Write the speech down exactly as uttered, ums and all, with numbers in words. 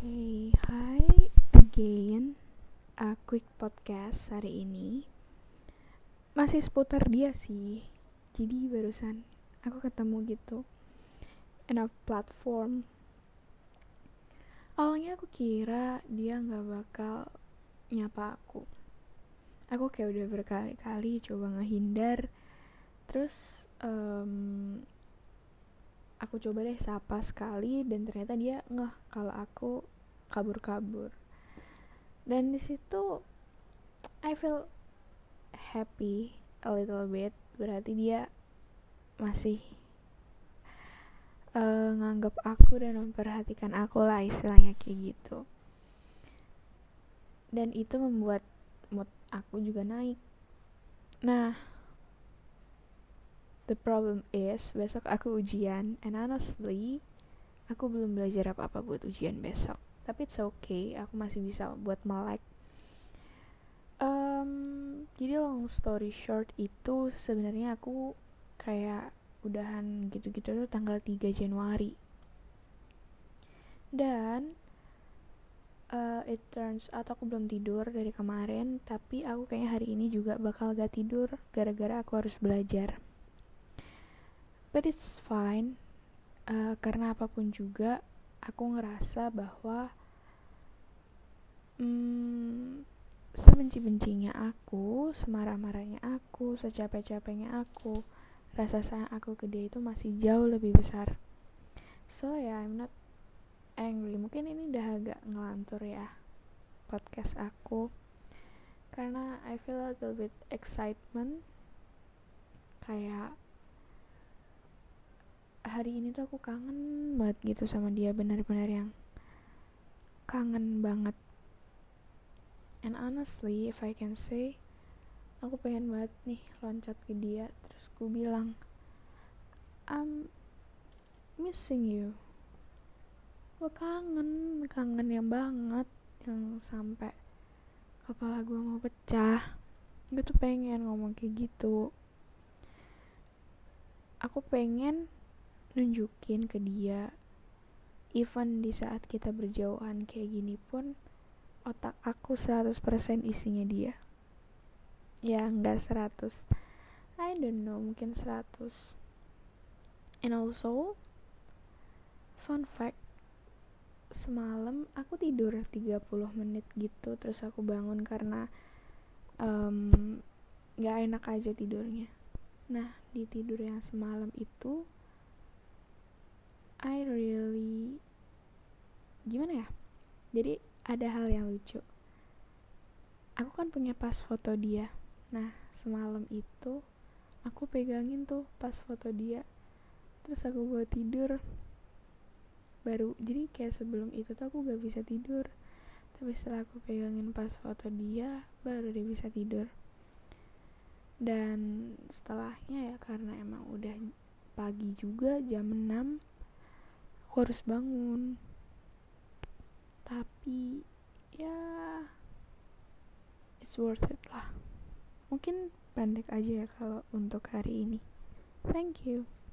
Hey, hi again. A quick podcast hari ini masih seputar dia sih. Jadi barusan aku ketemu gitu in a platform. Awalnya aku kira dia nggak bakal nyapa aku. Aku kayak udah berkali-kali coba ngehindar. Terus um, aku coba deh sapa sekali dan ternyata dia ngeh kalau aku kabur-kabur. Dan di situ I feel happy a little bit. Berarti dia masih uh, nganggap aku dan memperhatikan aku lah, istilahnya kayak gitu. Dan itu membuat mood aku juga naik. Nah, the problem is besok aku ujian, and honestly aku belum belajar apa-apa buat ujian besok. Tapi it's okay, aku masih bisa buat melek. Um, jadi long story short itu sebenarnya aku kayak udahan gitu-gitu tuh tanggal tiga Januari. Dan uh, it turns out aku belum tidur dari kemarin, tapi aku kayaknya hari ini juga bakal gak tidur gara-gara aku harus belajar. But it's fine, uh, karena apapun juga aku ngerasa bahwa hmm, sebenci-bencinya aku, semarah-marahnya aku, secapek-capeknya aku, rasa sayang aku ke dia itu masih jauh lebih besar. So ya, yeah, I'm not angry. Mungkin ini udah agak ngelantur ya podcast aku, karena I feel a little bit excitement. Kayak hari ini tuh aku kangen banget gitu sama dia, benar-benar yang kangen banget. And honestly, if I can say, aku pengen banget nih loncat ke dia, terus ku bilang, I'm missing you. Gue kangen, kangen yang banget, yang sampai kepala gue mau pecah. Gue tuh pengen ngomong kayak gitu. Aku pengen nunjukin ke dia, even di saat kita berjauhan kayak gini pun, otak aku seratus persen isinya dia. Ya enggak seratus, I don't know, mungkin seratus. And also, fun fact, semalam aku tidur tiga puluh menit gitu, terus aku bangun karena um, gak enak aja tidurnya. Nah, di tidur yang semalam itu I really, gimana ya, jadi ada hal yang lucu. Aku kan punya pas foto dia. Nah, semalam itu aku pegangin tuh pas foto dia, terus aku bawa tidur. Baru, jadi kayak sebelum itu tuh aku gak bisa tidur, tapi setelah aku pegangin pas foto dia, baru dia bisa tidur. Dan setelahnya ya, karena emang udah pagi juga, jam enam, aku harus bangun. Tapi ya it's worth it lah. Mungkin pendek aja ya kalau untuk hari ini. Thank you.